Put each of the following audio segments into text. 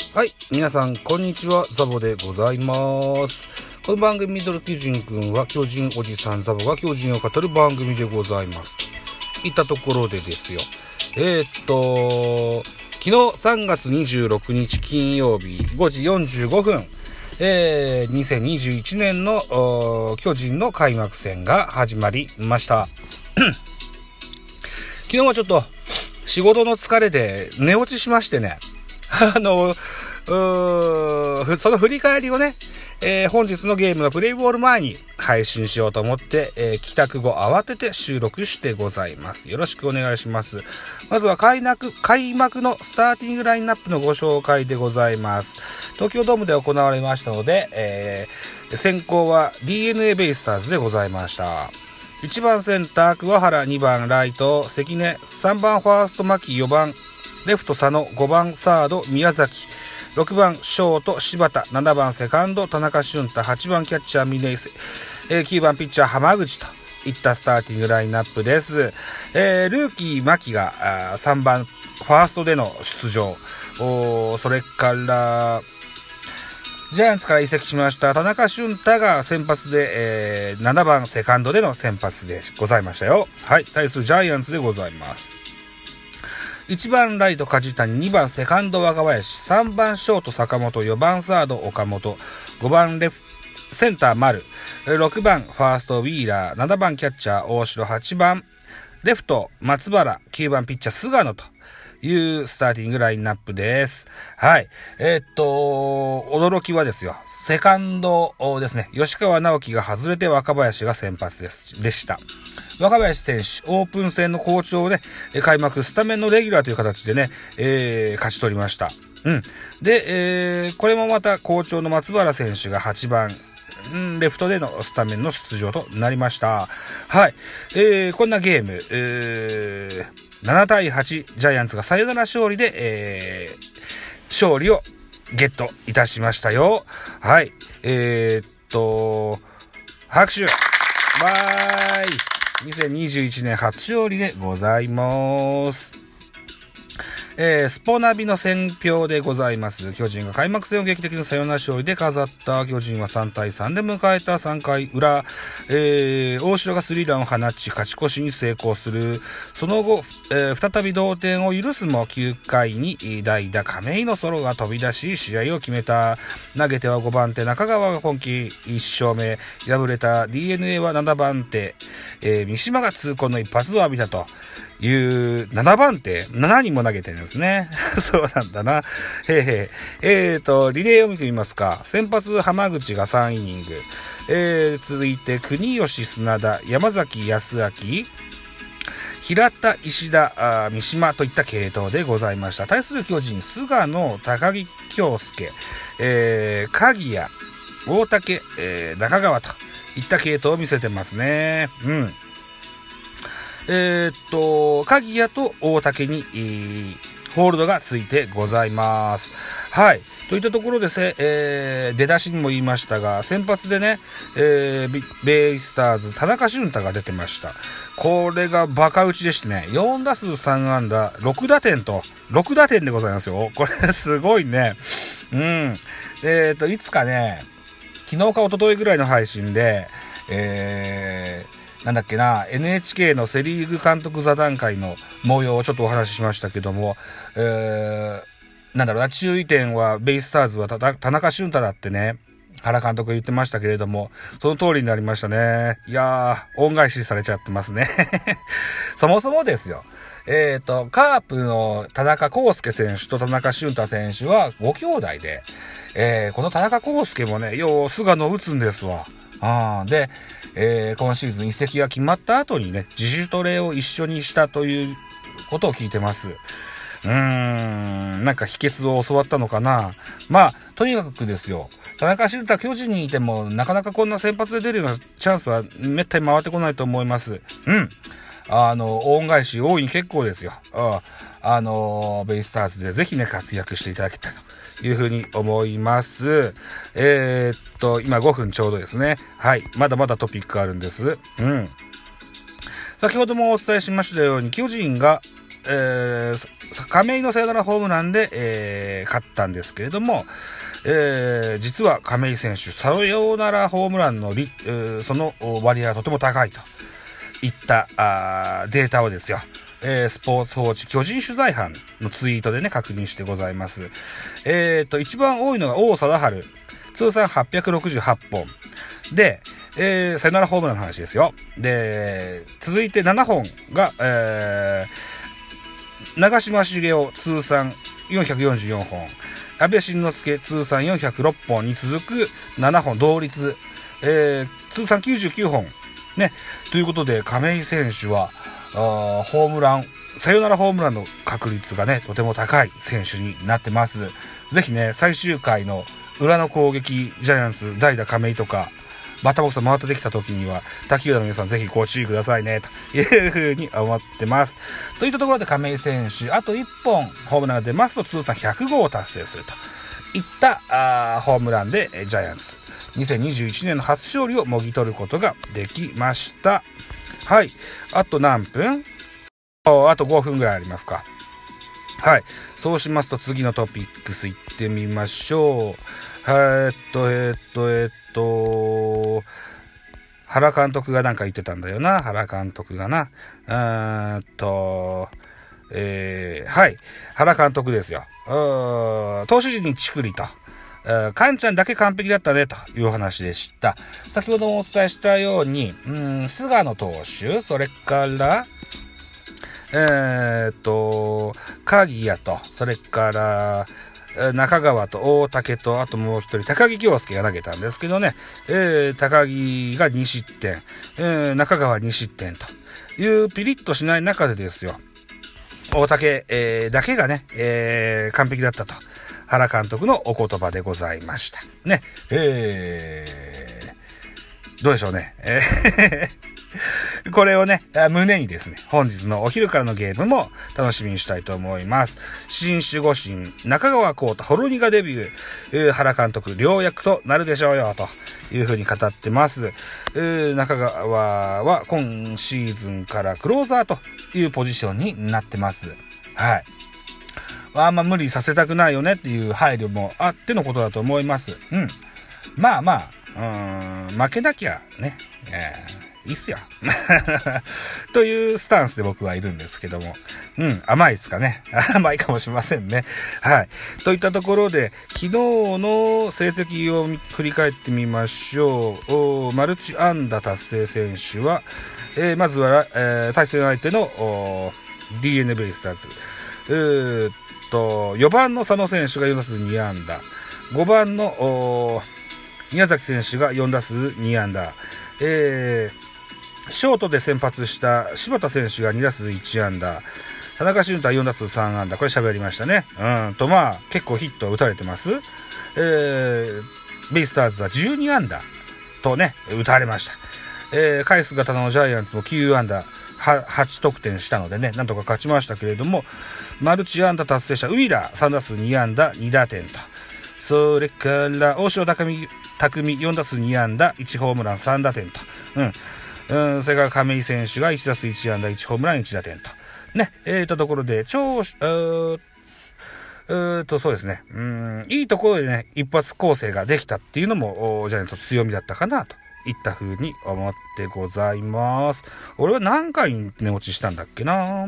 はい、皆さんこんにちは、ザボでございます。この番組ミドル巨人くんは巨人おじさんザボが巨人を語る番組でございますといったところでですよ、昨日3月26日金曜日5時45分、2021年の巨人の開幕戦が始まりました昨日はちょっと仕事の疲れで寝落ちしましてね、その振り返りをね、本日のゲームのプレイボール前に配信しようと思って、帰宅後慌てて収録してございます。よろしくお願いします。まずは開幕のスターティングラインナップのご紹介でございます。東京ドームで行われましたので、先行は DNA ベイスターズでございました。1番センター桑原、2番ライト関根、3番ファースト牧、4番レフト佐野、5番サード宮崎、6番ショート柴田、7番セカンド田中俊太、8番キャッチャー峰井、9番ピッチャー浜口といったスターティングラインナップです。ルーキー牧が3番ファーストでの出場、それからジャイアンツから移籍しました田中俊太が先発で、7番セカンドでの先発でございましたよ。はい、対するジャイアンツでございます。1番ライト梶谷、2番セカンド若林、3番ショート坂本、4番サード岡本、5番センター丸、6番ファーストウィーラー、7番キャッチャー大城、8番レフト松原、9番ピッチャー菅野というスターティングラインナップです。はい。驚きはですよ、セカンドですね、吉川直樹が外れて若林が先発でした。若林選手、オープン戦の好調で、開幕スタメンのレギュラーという形でね、勝ち取りました。で、これもまた好調の松原選手が8番、レフトでのスタメンの出場となりました。はい。こんなゲーム、7対8、ジャイアンツがサヨナラ勝利で、勝利をゲットいたしましたよ。はい。拍手バイ2021年初勝利でございます。スポナビの選評でございます。巨人が開幕戦を劇的なサヨナラ勝利で飾った巨人は3対3で迎えた3回裏、大城がスリーランを放ち勝ち越しに成功する。その後、再び同点を許すも9回に代打亀井のソロが飛び出し試合を決めた。投げては5番手中川が今季1勝目。敗れた DNA は7番手、三島が痛恨の一発を浴びたという7番手7人も投げてるんですねそうなんだな。リレーを見てみますか。先発浜口が3イニング、続いて国吉砂田山崎康明平田石田三島といった系統でございました。対する巨人菅野高木京介、鍵谷大竹、中川といった系統を見せてますね。鍵谷と大竹に、ホールドがついてございます。はい。といったところで出だしにも言いましたが、先発でね、ベイスターズ田中俊太が出てました。これがバカ打ちでしてね、4打数3安打、6打点でございますよ。これすごいね。いつかね、昨日か一昨日ぐらいの配信で、なんだっけな、NHK のセリーグ監督座談会の模様をちょっとお話ししましたけども、なんだろうな、注意点はベイスターズは田中俊太だってね、原監督が言ってましたけれども、その通りになりましたね。いやー、恩返しされちゃってますね。そもそもですよ。カープの田中康介選手と田中俊太選手はご兄弟で、この田中康介もね、菅野打つんですわ。で、今シーズン移籍が決まった後にね、自主トレを一緒にしたということを聞いてます。なんか秘訣を教わったのかな。まあ、とにかくですよ。田中俊太巨人にいても、なかなかこんな先発で出るようなチャンスはめったに回ってこないと思います。恩返し大いに結構ですよ。ベイスターズでぜひね、活躍していただきたいというふうに思います。今5分ちょうどですね。はい。まだまだトピックあるんです。先ほどもお伝えしましたように、巨人が亀井のサヨナラホームランで、勝ったんですけれども、実は亀井選手、サヨナラホームランのその割合がとても高いといったデータをですよ、スポーツ報知巨人取材班のツイートでね、確認してございます。一番多いのが王貞治、通算868本。で、サヨナラホームランの話ですよ。で、続いて7本が、長嶋茂雄通算444本。安倍晋之助通算406本に続く7本同率、通算99本。ね。ということで、亀井選手は、ホームラン、サヨナラホームランの確率がね、とても高い選手になってます。ぜひね、最終回の裏の攻撃、ジャイアンツ、代打亀井とか、バッターボックス回ってできた時には、他球団の皆さんぜひご注意くださいね、というふうに思ってます。といったところで亀井選手、あと1本ホームランが出ますと通算100号を達成するといったホームランで、ジャイアンツ、2021年の初勝利をもぎ取ることができました。はい。あと何分？あと5分ぐらいありますか。はい。そうしますと次のトピックス行ってみましょう。原監督がなんか言ってたんだよな。原監督がな。はい。原監督ですよ。投手陣にチクリと。カンちゃんだけ完璧だったねという話でした。先ほどもお伝えしたように、菅野投手、それから、鍵谷と、それから、中川と大竹と、あともう一人、高木京介が投げたんですけどね、高木が2失点、中川2失点というピリッとしない中でですよ、大竹、だけがね、完璧だったと。原監督のお言葉でございました。ね。どうでしょうね。これをね、胸にですね、本日のお昼からのゲームも楽しみにしたいと思います。新守護神、中川幸太、ホロニガデビュー、原監督、良役となるでしょうよ、というふうに語ってます。中川は今シーズンからクローザーというポジションになってます。はい。あんま無理させたくないよねっていう配慮もあってのことだと思います。まあ、負けなきゃね、いいっすよ。というスタンスで僕はいるんですけども。甘いですかね。甘いかもしれませんね。はい。といったところで、昨日の成績を振り返ってみましょう。マルチ安打達成選手は、まずは、対戦相手の DNA ベイスターズ。4番の佐野選手が4打数2安打。5番の宮崎選手が4打数2安打。ショートで先発した柴田選手が2打数1安打。田中俊太4打数3安打。これ喋りましたね。結構ヒットを打たれてます。ベイスターズは12安打とね、打たれました。返す型のジャイアンツも9安打。8得点したのでね、なんとか勝ちましたけれども、マルチ安打達成者、ウィーラー3打数2安打2打点と。それから、大城匠4打数2安打1ホームラン3打点と。それから亀井選手が1打数1安打1ホームラン1打点と。ね、ところで、そうですね。いいところでね、一発構成ができたっていうのも、ジャイアンツの強みだったかなと。いった風に思ってございます。俺は何回寝落ちしたんだっけな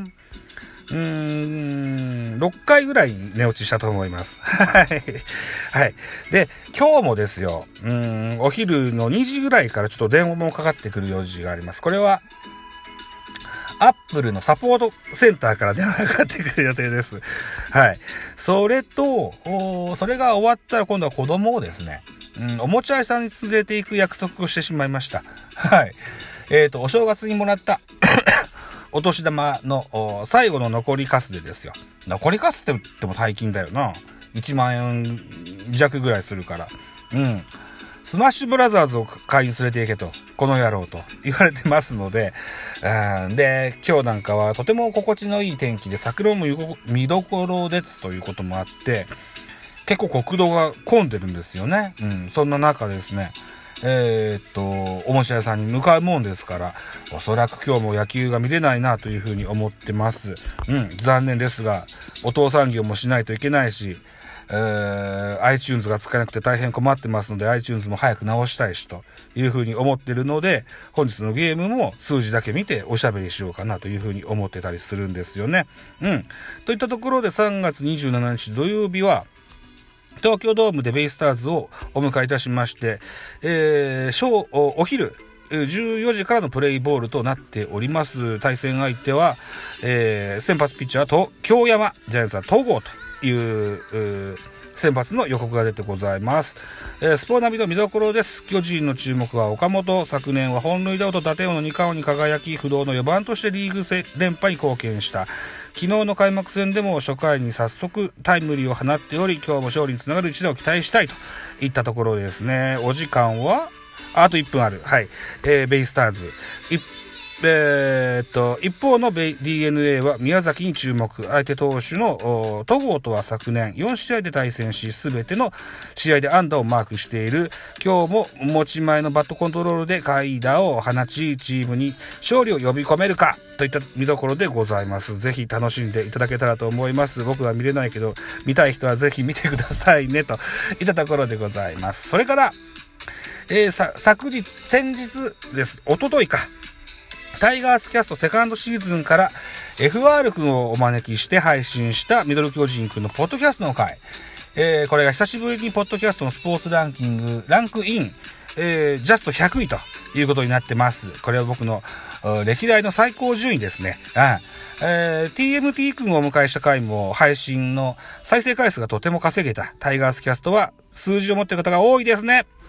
6回ぐらい寝落ちしたと思います。はい。はい。で、今日もですよ、お昼の2時ぐらいからちょっと電話もかかってくる用事があります。これは、アップルのサポートセンターから電話がかかってくる予定です。はい。それと、それが終わったら今度は子供をですね、おもちゃ屋さんに連れて行く約束をしてしまいました。はい。お正月にもらったお年玉の最後の残りカスでですよ。残りカスって言っても大金だよな。1万円弱ぐらいするから。スマッシュブラザーズを買いに連れて行けと、この野郎と言われてますので、で、今日なんかはとても心地のいい天気で桜も見どころですということもあって、結構国道が混んでるんですよね。そんな中ですね、 おもちゃ屋さんに向かうもんですから、おそらく今日も野球が見れないなというふうに思ってます。残念ですが、お父さん業もしないといけないし、iTunes が使えなくて大変困ってますので iTunes も早く直したいしというふうに思ってるので、本日のゲームも数字だけ見ておしゃべりしようかなというふうに思ってたりするんですよね。といったところで3月27日土曜日は東京ドームでベイスターズをお迎えいたしまして、お昼14時からのプレイボールとなっております。対戦相手は、先発ピッチャーと京山、ジャイアンツは戸郷という先発の予告が出てございます。スポナビの見どころです。巨人の注目は岡本。昨年は本塁打王と打点王の2冠に輝き、不動の4番としてリーグ連覇に貢献した。昨日の開幕戦でも初回に早速タイムリーを放っており、今日も勝利につながる一打を期待したいといったところですね。お時間はあと1分ある。はい。ベイスターズ。一方のDNA は宮崎に注目。相手投手の戸郷とは昨年4試合で対戦し、すべての試合で安打をマークしている。今日も持ち前のバットコントロールで快打を放ち、チームに勝利を呼び込めるかといった見どころでございます。ぜひ楽しんでいただけたらと思います。僕は見れないけど、見たい人はぜひ見てくださいねといったところでございます。それから、先日です。一昨日か。タイガースキャストセカンドシーズンから FR 君をお招きして配信したミドル巨人君のポッドキャストの回。これが久しぶりにポッドキャストのスポーツランキング、ランクイン、ジャスト100位ということになってます。これは僕の歴代の最高順位ですね。TMT 君をお迎えした回も配信の再生回数がとても稼げたタイガースキャストは数字を持っている方が多いですね。